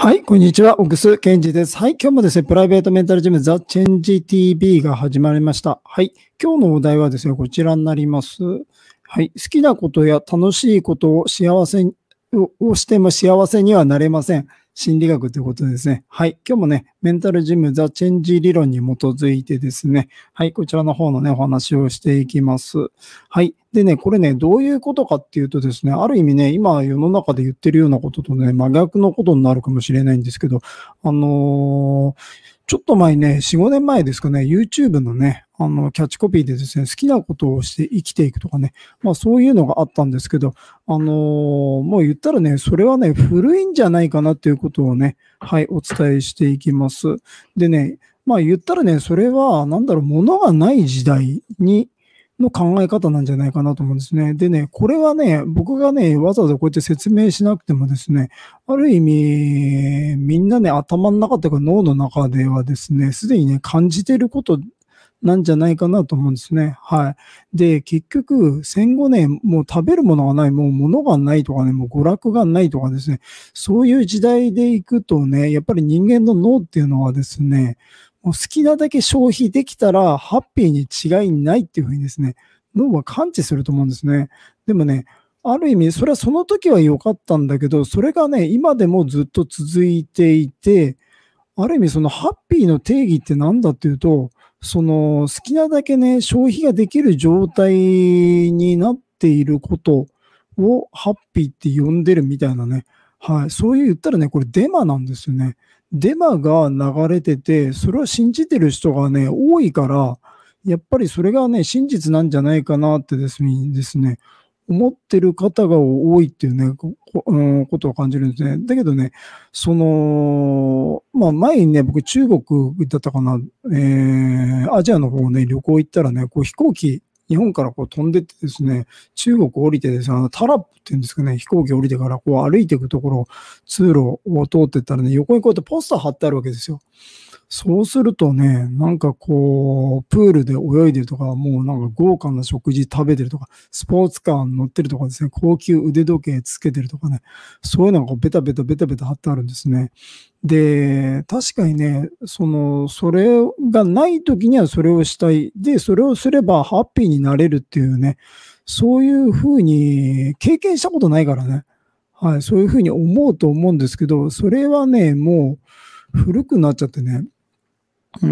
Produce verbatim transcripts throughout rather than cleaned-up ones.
はい、こんにちは。オグスケンジです。はい、今日もですね、プライベートメンタルジムザ・チェンジ ティービー が始まりました。はい、今日のお題はですね、こちらになります。はい、好きなことや楽しいことを幸せにををしても幸せにはなれません。心理学ということですね。はい、今日もね、メンタルジムザ・チェンジ理論に基づいてですね、はい、こちらの方のね、お話をしていきます。はい。でね、これね、どういうことかっていうとですね、ある意味ね、今世の中で言ってるようなこととね、真逆のことになるかもしれないんですけど、あのーちょっと前ね、よん、ごねんまえですかね、YouTube のね、あの、キャッチコピーでですね、好きなことをして生きていくとかね、まあそういうのがあったんですけど、あのーもう言ったらね、それはね、古いんじゃないかなっていうことをね、はい、お伝えしていきます。でね、まあ言ったらね、それは、なんだろう、物がない時代に、の考え方なんじゃないかなと思うんですね。でね、これはね、僕がね、わざわざこうやって説明しなくてもですね、ある意味、みんなね、頭の中というか脳の中ではですね、すでにね、感じていることなんじゃないかなと思うんですね。はい。で、結局、戦後ね、もう食べるものがない、もう物がないとかね、もう娯楽がないとかですね、そういう時代でいくとね、やっぱり人間の脳っていうのはですね、もう好きなだけ消費できたらハッピーに違いないっていうふうにですね、脳は感知すると思うんですね。でもね、ある意味、それはその時は良かったんだけど、それがね、今でもずっと続いていて、ある意味そのハッピーの定義って何だっていうと、その好きなだけね、消費ができる状態になっていることをハッピーって呼んでるみたいなね。はい。そういう言ったらね、これデマなんですよね。デマが流れてて、それを信じてる人がね、多いから、やっぱりそれがね、真実なんじゃないかなってですね、ですね思ってる方が多いっていうね、ここうん、ことを感じるんですね。だけどね、その、まあ、前にね、僕中国だったかな、えーアジアの方ね、旅行行ったらね、こう飛行機、日本からこう飛んでってですね、中国降りてですね、あのタラップっていうんですかね、飛行機降りてからこう歩いていくところ、通路を通ってったらね、横にこうやってポスター貼ってあるわけですよ。そうするとね、なんかこう、プールで泳いでるとか、もうなんか豪華な食事食べてるとか、スポーツカーに乗ってるとかですね、高級腕時計つけてるとかね、そういうのがこうベタベタベタベタ貼ってあるんですね。で、確かにね、その、それがない時にはそれをしたい。で、それをすればハッピーになれるっていうね、そういう風に経験したことないからね。はい、そういう風に思うと思うんですけど、それはね、もう古くなっちゃってね。うん。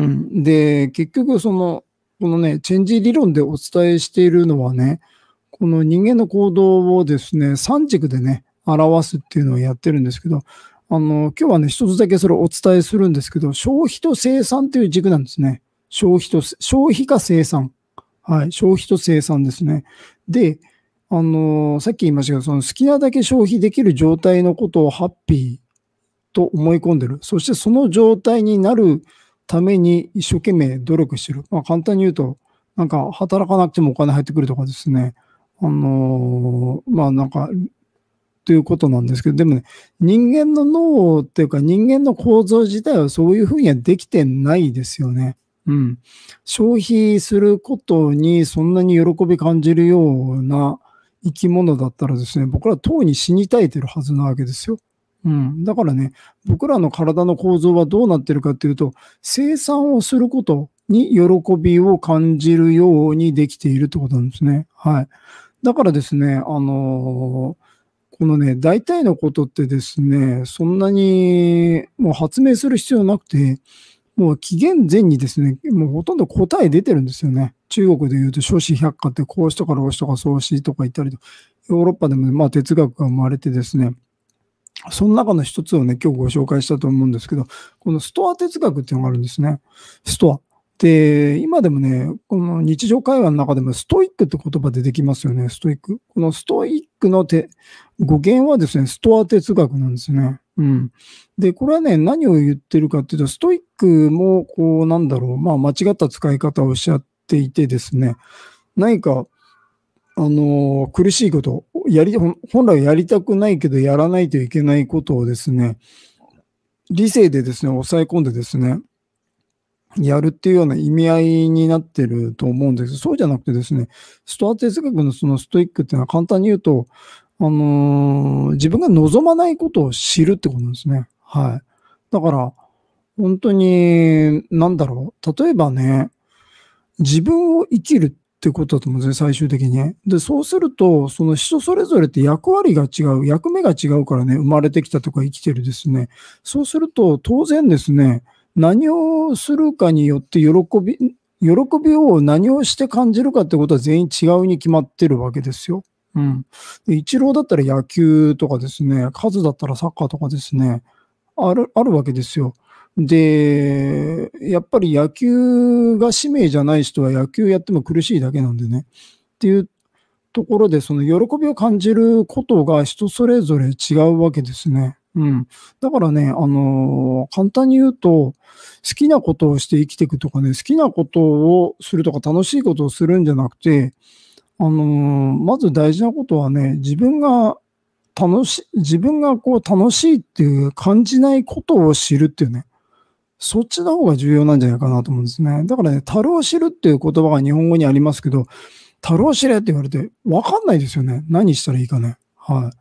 で、結局その、このね、チェンジ理論でお伝えしているのはね、この人間の行動をですね、さん軸でね、表すっていうのをやってるんですけど、あの、今日はね、一つだけそれをお伝えするんですけど、消費と生産という軸なんですね。消費と、消費か生産。はい、消費と生産ですね。で、あの、さっき言いましたけど、その好きなだけ消費できる状態のことをハッピーと思い込んでる。そしてその状態になるために一生懸命努力してる。まあ、簡単に言うと、なんか働かなくてもお金入ってくるとかですね。あのーまあなんか、ということなんですけど、でもね、人間の脳っていうか人間の構造自体はそういうふうにはできてないですよね。うん。消費することにそんなに喜び感じるような生き物だったらですね、僕らとうに死に絶えてるはずなわけですよ。うん。だからね、僕らの体の構造はどうなってるかっていうと、生産をすることに喜びを感じるようにできているってことなんですね。はい。だからですね、あのーこのね、大体のことってですね、そんなにもう発明する必要なくて、もう紀元前にですね、もうほとんど答え出てるんですよね。中国でいうと諸子百科って孔子とか老子とか宋子とか言ったりと、ヨーロッパでもまあ哲学が生まれてですね、その中の一つをね、今日ご紹介したと思うんですけど、このストア哲学っていうのがあるんですね。ストア。で、今でもね、この日常会話の中でもストイックって言葉出てきますよね、ストイック。このストイックのて語源はですね、ストア哲学なんですね。うん。で、これはね、何を言ってるかっていうと、ストイックも、こう、なんだろう、まあ、間違った使い方をしちゃっていてですね、何か、あのー苦しいこと、やり、本本来やりたくないけどやらないといけないことをですね、理性でですね、抑え込んでですね、やるっていうような意味合いになってると思うんです。そうじゃなくてですね、ストア哲学のそのストイックっていうのは簡単に言うと、あのー自分が望まないことを知るってことなんですね。 はい。だから、本当に、なんだろう、例えばね、自分を生きるってことだと思うんですね、最終的にね。で、そうすると、その人それぞれって役割が違う、役目が違うからね、生まれてきたとか生きてるですね。そうすると、当然ですね、何をするかによって喜び喜びを何をして感じるかってことは全員違うに決まってるわけですよ。うん。で、イチローだったら野球とかですね、カズだったらサッカーとかですね、あるあるわけですよ。で、やっぱり野球が使命じゃない人は野球やっても苦しいだけなんでね。っていうところで、その喜びを感じることが人それぞれ違うわけですね。うん。だからね、あの、簡単に言うと、好きなことをして生きていくとかね、好きなことをするとか楽しいことをするんじゃなくて、あの、まず大事なことはね、自分が楽し自分がこう楽しいっていう感じないことを知るっていうね。そっちの方が重要なんじゃないかなと思うんですね。だからね、樽を知るっていう言葉が日本語にありますけど、樽を知れって言われて分かんないですよね。何したらいいかね。はい。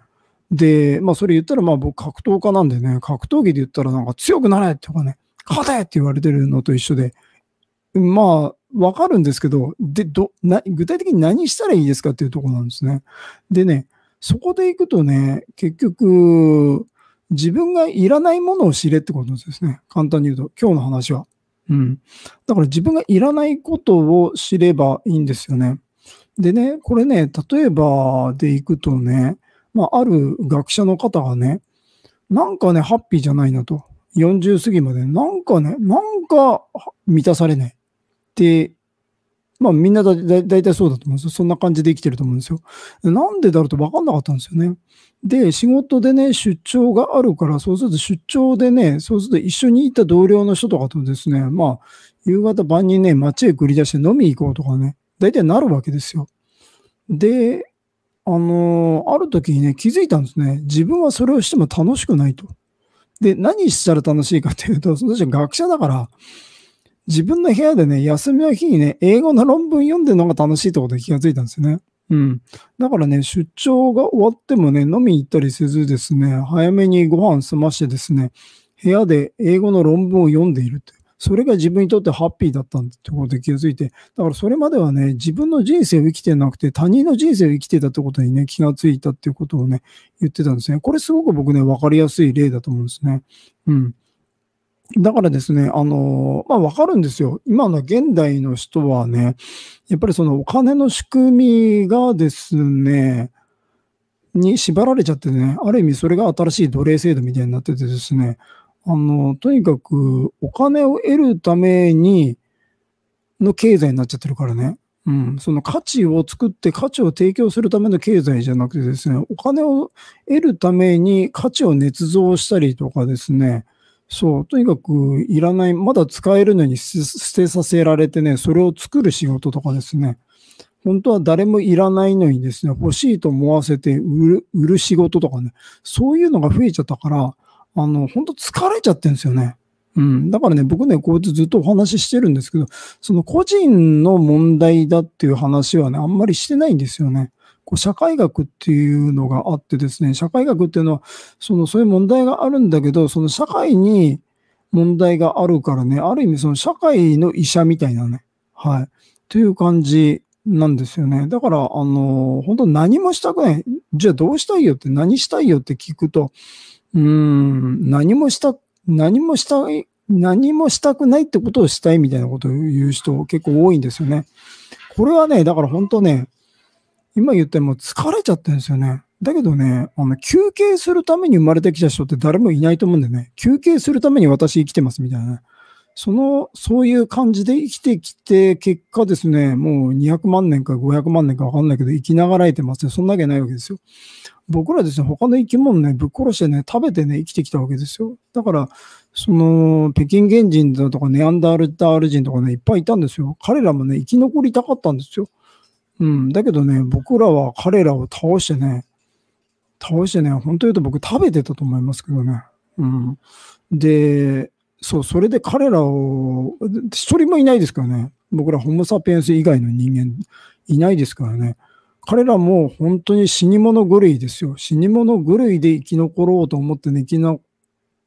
で、まあそれ言ったらまあ僕格闘家なんでね、格闘技で言ったらなんか強くなれとかね、勝てって言われてるのと一緒で、まあ分かるんですけど、で、ど、な、具体的に何したらいいですかっていうところなんですね。でね、そこで行くとね、結局、自分がいらないものを知れってことですね。簡単に言うと、今日の話は。うん。だから自分がいらないことを知ればいいんですよね。でね、これね、例えばでいくとね、まあ、ある学者の方がね、なんかね、ハッピーじゃないなと。よんじゅう過ぎまで、なんかね、なんかは満たされない。で、まあみんなだだ大体そうだと思うんですよ。そんな感じで生きてると思うんですよ。なんでだろうと分かんなかったんですよね。で、仕事でね、出張があるから、そうすると出張でね、そうすると一緒にいた同僚の人とかとですね、まあ、夕方晩にね、街へ繰り出して飲み行こうとかね、大体なるわけですよ。で、あの、ある時にね、気づいたんですね。自分はそれをしても楽しくないと。で、何したら楽しいかっていうと、私は学者だから、自分の部屋でね、休みの日にね、英語の論文読んでるのが楽しいってことに気がついたんですよね。うん。だからね、出張が終わってもね、飲みに行ったりせずですね、早めにご飯済ましてですね、部屋で英語の論文を読んでいるって。それが自分にとってハッピーだったんだってことで気がついて、だからそれまではね、自分の人生を生きてなくて、他人の人生を生きてたってことにね、気がついたっていうことをね、言ってたんですね。これすごく僕ね、分かりやすい例だと思うんですね。うん。だからですね、あの、まあ、分かるんですよ。今の現代の人はね、やっぱりそのお金の仕組みがですね、に縛られちゃってね、ある意味それが新しい奴隷制度みたいになっててですね、あの、とにかくお金を得るためにの経済になっちゃってるからね。うん、その価値を作って価値を提供するための経済じゃなくてですね、お金を得るために価値を捏造したりとかですね、そう、とにかくいらない、まだ使えるのにす捨てさせられてね、それを作る仕事とかですね、本当は誰もいらないのにですね、欲しいと思わせて売る売る仕事とかね、そういうのが増えちゃったから、あの、本当疲れちゃってんすよね。うん、だからね、僕ね、こうやってずっとお話ししてるんですけど、その個人の問題だっていう話はね、あんまりしてないんですよね。こう社会学っていうのがあってですね、社会学っていうのは、その、そういう問題があるんだけど、その社会に問題があるからね、ある意味その社会の医者みたいなね、はい、という感じなんですよね。だから、あの、本当何もしたくない。じゃあどうしたいよって、何したいよって聞くと、うーん、何もした何もしたい何もしたくないってことをしたいみたいなことを言う人結構多いんですよね。これはね、だから本当ね、今言っても疲れちゃってるんですよね。だけどね、あの、休憩するために生まれてきた人って誰もいないと思うんでね、休憩するために私生きてますみたいなね。その、そういう感じで生きてきて、結果ですね、もうにひゃくまん年かごひゃくまん年かわかんないけど、生きながらえてますね。そんなわけないわけですよ。僕らですね、他の生き物ね、ぶっ殺してね、食べてね、生きてきたわけですよ。だから、その、北京原人だとかネアンダールタール人とかね、いっぱいいたんですよ。彼らもね、生き残りたかったんですよ。うん、だけどね、僕らは彼らを倒してね、倒してね、本当言うと僕食べてたと思いますけどね。うん。で、そう、それで彼らを、一人もいないですからね。僕らホモ・サピエンス以外の人間いないですからね。彼らも本当に死に物狂いですよ。死に物狂いで生き残ろうと思ってね、生きな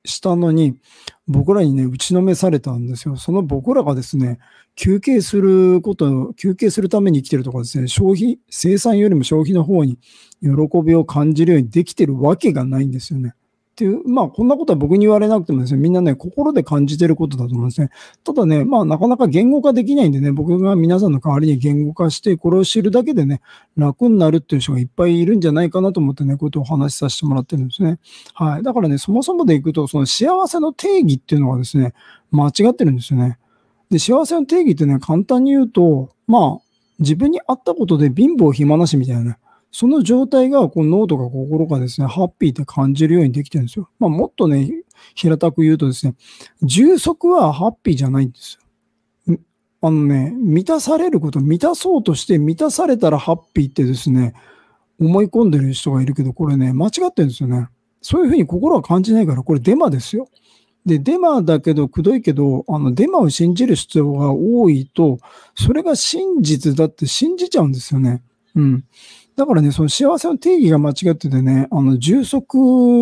したのに、僕らにね、打ちのめされたんですよ。その僕らがですね、休憩すること、休憩するために生きてるとかですね、消費、生産よりも消費の方に喜びを感じるようにできてるわけがないんですよね。っていう、まあ、こんなことは僕に言われなくてもですね、みんなね、心で感じてることだと思うんですね。ただね、まあ、なかなか言語化できないんでね、僕が皆さんの代わりに言語化して、これを知るだけでね、楽になるっていう人がいっぱいいるんじゃないかなと思ってね、こういうことをお話しさせてもらってるんですね。はい。だからね、そもそもでいくと、その幸せの定義っていうのはですね、間違ってるんですよね。で、幸せの定義ってね、簡単に言うと、まあ、自分に合ったことで貧乏暇なしみたいなね、その状態がこう脳とか心がですね、ハッピーって感じるようにできてるんですよ。まあ、もっとね、平たく言うとですね、充足はハッピーじゃないんですよ。んあのね、満たされること、満たそうとして満たされたらハッピーってですね、思い込んでる人がいるけど、これね、間違ってるんですよね。そういうふうに心は感じないから、これデマですよ。で、デマだけど、くどいけど、あの、デマを信じる必要が多いと、それが真実だって信じちゃうんですよね。うん。だからね、その幸せの定義が間違っててね、あの、充足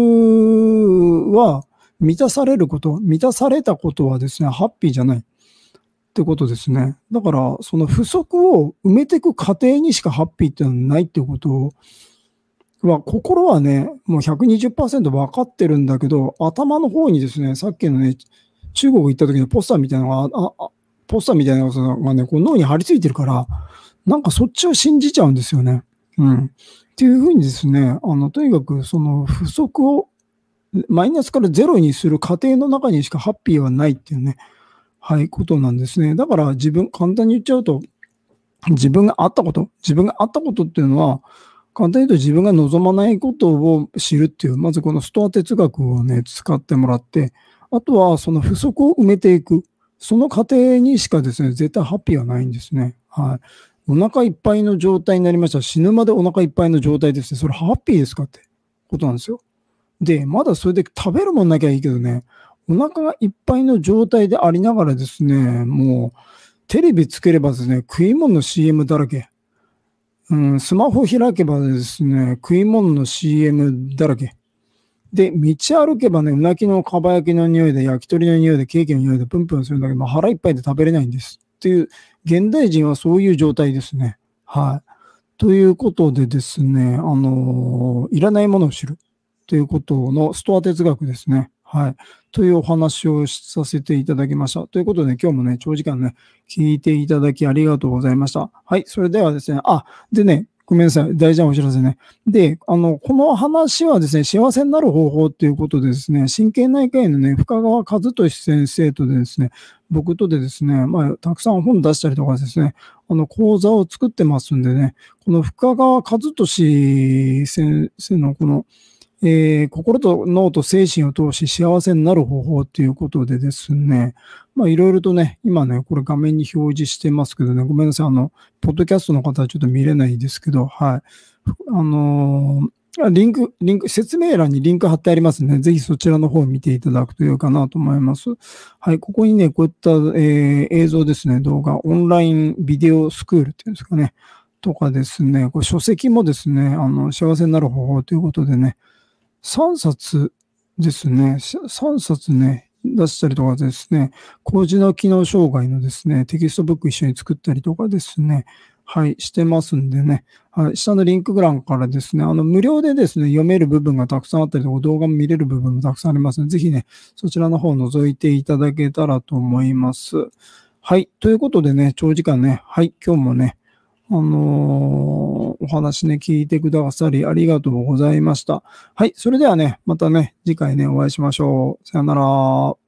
は満たされること、満たされたことはですね、ハッピーじゃないってことですね。だから、その不足を埋めていく過程にしかハッピーってのはないってことは、心はね、もう ひゃくにじゅっパーセント 分かってるんだけど、頭の方にですね、さっきのね、中国行った時のポスターみたいなのが、ああポスターみたいなのがね、こう脳に張り付いてるから、なんかそっちを信じちゃうんですよね。うん。っていうふうにですね、あの、とにかくその不足をマイナスからゼロにする過程の中にしかハッピーはないっていうね、はい、ことなんですね。だから自分、簡単に言っちゃうと、自分があったこと、自分があったことっていうのは、簡単に言うと自分が望まないことを知るっていう、まずこのストア哲学をね、使ってもらって、あとはその不足を埋めていく。その過程にしかですね、絶対ハッピーはないんですね。はい。お腹いっぱいの状態になりました。死ぬまでお腹いっぱいの状態ですね。それハッピーですかってことなんですよ。で、まだそれで食べるもんなきゃいいけどね、お腹がいっぱいの状態でありながらですね、もうテレビつければですね、食い物の シーエム だらけ。うん、スマホ開けばですね、食い物の シーエム だらけ。で、道歩けばね、うなぎのかば焼きの匂いで、焼き鳥の匂いで、ケーキの匂いでプンプンするんだけど、まあ、腹いっぱいで食べれないんです。っていう、現代人はそういう状態ですね。はい。ということでですね、あのーいらないものを知る。ということのストア哲学ですね。はい。というお話をさせていただきました。ということで、今日もね、長時間ね、聞いていただきありがとうございました。はい。それではですね、あ、でね、ごめんなさい。大事なお知らせね。で、あの、この話はですね、幸せになる方法ということでですね、神経内科医のね、深川和俊先生とでですね、僕とでですね、まあ、たくさん本出したりとかですね、あの、講座を作ってますんでね、この深川和俊先生のこの、えー心と脳と精神を通し幸せになる方法ということでですね、まあいろいろとね、今ね、これ画面に表示してますけどね、ごめんなさい、あの、ポッドキャストの方はちょっと見れないですけど、はい。あのーリンク、リンク、説明欄にリンク貼ってありますので、ぜひそちらの方を見ていただくといいかなと思います。はい、ここにね、こういった、えー映像ですね、動画、オンラインビデオスクールっていうんですかね、とかですね、これ書籍もですね、あの、幸せになる方法ということでね、さんさつですね。さんさつね、出したりとかですね、高次の機能障害のですね、テキストブック一緒に作ったりとかですね、はい、してますんでね、はい、下のリンク欄からですね、あの、無料でですね、読める部分がたくさんあったりとか、動画も見れる部分もたくさんありますので、ぜひね、そちらの方を覗いていただけたらと思います。はい、ということでね、長時間ね、はい、今日もね、あのーお話ね、聞いてくださりありがとうございました。はい。それではね、またね、次回ね、お会いしましょう。さよなら。